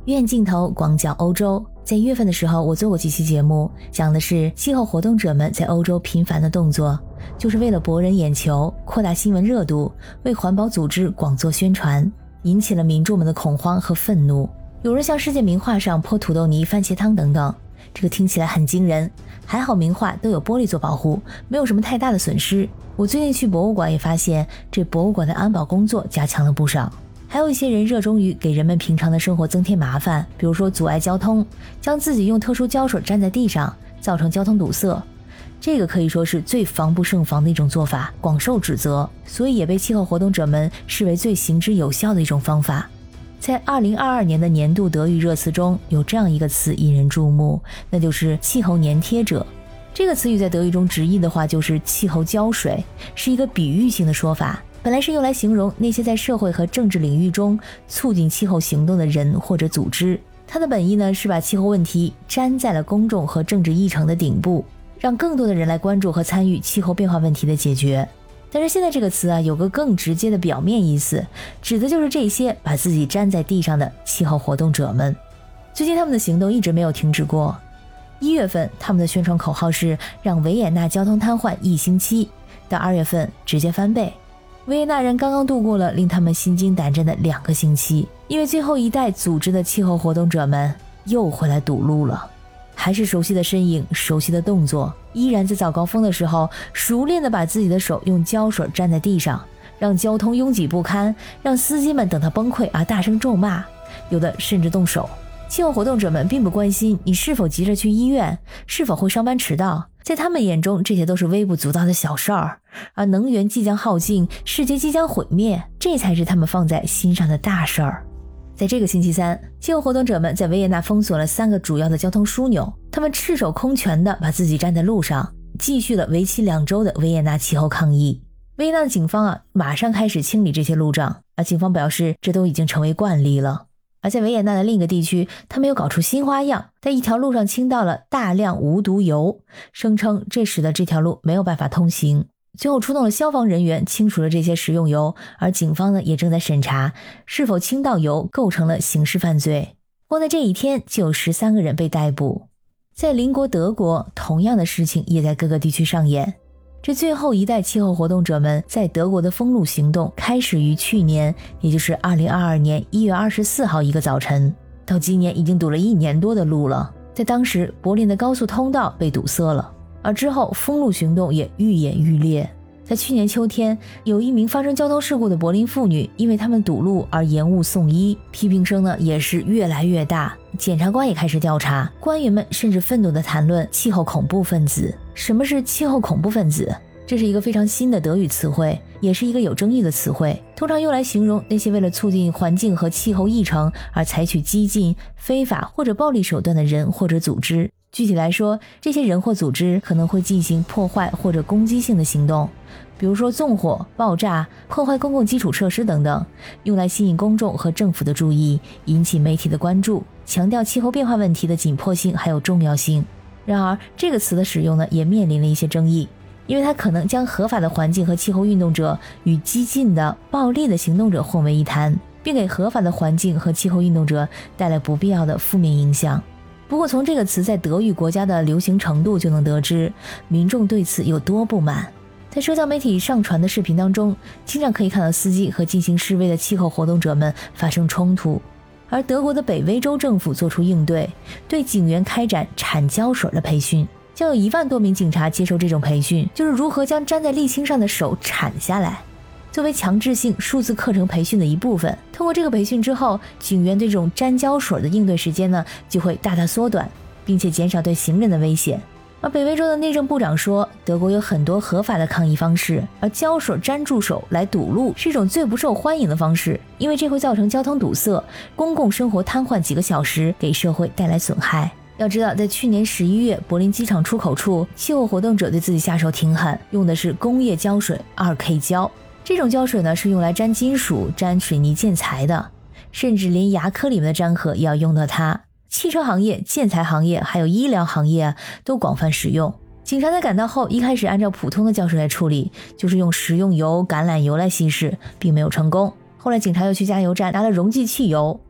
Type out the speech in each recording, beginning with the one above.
远镜头广角欧洲，在1月份的时候，我做过几期节目，讲的是气候活动者们在欧洲频繁的动作，就是为了博人眼球，扩大新闻热度，为环保组织广做宣传，引起了民众们的恐慌和愤怒。有人向世界名画上泼土豆泥、番茄汤等等，这个听起来很惊人，还好名画都有玻璃做保护，没有什么太大的损失。我最近去博物馆也发现，这博物馆的安保工作加强了不少。还有一些人热衷于给人们平常的生活增添麻烦，比如说阻碍交通，将自己用特殊胶水粘在地上，造成交通堵塞。这个可以说是最防不胜防的一种做法，广受指责，所以也被气候活动者们视为最行之有效的一种方法。在2022年的年度德语热词中，有这样一个词引人注目，那就是气候粘贴者。这个词语在德语中直译的话就是气候胶水，是一个比喻性的说法，本来是用来形容那些在社会和政治领域中促进气候行动的人或者组织。它的本意呢，是把气候问题粘在了公众和政治议程的顶部，让更多的人来关注和参与气候变化问题的解决。但是现在这个词有个更直接的表面意思，指的就是这些把自己粘在地上的气候活动者们。最近他们的行动一直没有停止过。1月份他们的宣传口号是让维也纳交通瘫痪1星期，到2月份直接翻倍。维也纳人刚刚度过了令他们心惊胆战的2个星期，因为最后一代组织的气候活动者们又回来堵路了。还是熟悉的身影，熟悉的动作，依然在早高峰的时候熟练地把自己的手用胶水粘在地上，让交通拥挤不堪，让司机们等他崩溃而大声咒骂，有的甚至动手。气候活动者们并不关心你是否急着去医院，是否会上班迟到，在他们眼中这些都是微不足道的小事儿，而能源即将耗尽，世界即将毁灭，这才是他们放在心上的大事儿。在这个星期三，气候活动者们在维也纳封锁了3个主要的交通枢纽，他们赤手空拳地把自己站在路上，继续了为期2周的维也纳气候抗议。维也纳的警方马上开始清理这些路障，而警方表示这都已经成为惯例了。而在维也纳的另一个地区，他们又搞出新花样，在一条路上倾倒了大量无毒油，声称这使得这条路没有办法通行。最后出动了消防人员清除了这些食用油，而警方呢也正在审查是否倾倒油构成了刑事犯罪。光在这一天就有13个人被逮捕。在邻国德国，同样的事情也在各个地区上演。这最后一代气候活动者们在德国的封路行动开始于去年，也就是2022年1月24号一个早晨，到今年已经堵了1年多的路了。在当时，柏林的高速通道被堵塞了，而之后封路行动也愈演愈烈。在去年秋天，有一名发生交通事故的柏林妇女因为他们堵路而延误送医，批评声呢也是越来越大。检察官也开始调查，官员们甚至愤怒地谈论气候恐怖分子。什么是气候恐怖分子？这是一个非常新的德语词汇，也是一个有争议的词汇，通常用来形容那些为了促进环境和气候议程而采取激进、非法或者暴力手段的人或者组织。具体来说，这些人或组织可能会进行破坏或者攻击性的行动，比如说纵火、爆炸、破坏公共基础设施等等，用来吸引公众和政府的注意，引起媒体的关注，强调气候变化问题的紧迫性还有重要性。然而，这个词的使用呢，也面临了一些争议，因为它可能将合法的环境和气候运动者与激进的、暴力的行动者混为一谈，并给合法的环境和气候运动者带来不必要的负面影响。不过从这个词在德语国家的流行程度就能得知，民众对此有多不满。在社交媒体上传的视频当中，经常可以看到司机和进行示威的气候活动者们发生冲突，而德国的北威州政府做出应对，对警员开展铲胶水的培训，将有1万多名警察接受这种培训，就是如何将粘在沥青上的手铲下来。作为强制性数字课程培训的一部分，通过这个培训之后，警员对这种粘胶水的应对时间呢就会大大缩短，并且减少对行人的危险。而北威州的内政部长说，德国有很多合法的抗议方式，而胶水粘住手来堵路是一种最不受欢迎的方式，因为这会造成交通堵塞，公共生活瘫痪几个小时，给社会带来损害。要知道，在去年11月，柏林机场出口处，气候活动者对自己下手挺狠，用的是工业胶水 2K 胶。这种胶水呢是用来粘金属、粘水泥建材的，甚至连牙科里面的粘盒也要用到它。汽车行业、建材行业还有医疗行业都广泛使用。警察在赶到后，一开始按照普通的胶水来处理，就是用食用油、橄榄油来稀释，并没有成功。后来警察又去加油站拿了溶剂汽油，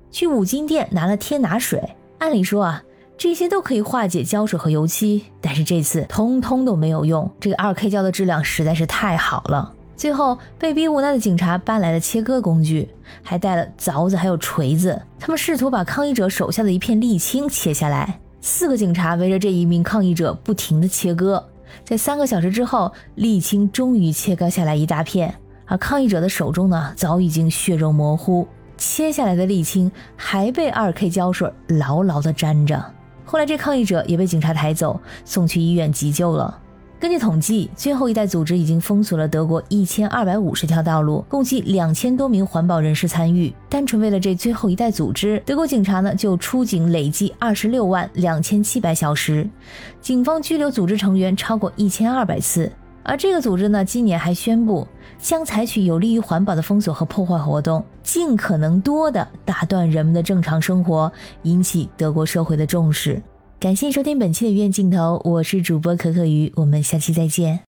去五金店拿了天拿水，按理说啊，这些都可以化解胶水和油漆，但是这次通通都没有用，这个 2K 胶的质量实在是太好了。最后被逼无奈的警察搬来了切割工具，还带了凿子还有锤子，他们试图把抗议者手下的一片沥青切下来。4个警察围着这一名抗议者不停地切割，在3个小时之后，沥青终于切割下来一大片，而抗议者的手中呢，早已经血肉模糊，切下来的沥青还被 2K 胶水牢牢地粘着。后来这抗议者也被警察抬走，送去医院急救了。根据统计，最后一代组织已经封锁了德国1250条道路，共计2000多名环保人士参与。单纯为了这最后一代组织，德国警察呢就出警累计26万2700小时，警方拘留组织成员超过1200次。而这个组织呢，今年还宣布将采取有利于环保的封锁和破坏活动，尽可能多地打断人们的正常生活，引起德国社会的重视。感谢收听本期的鱼眼镜头，我是主播可可鱼，我们下期再见。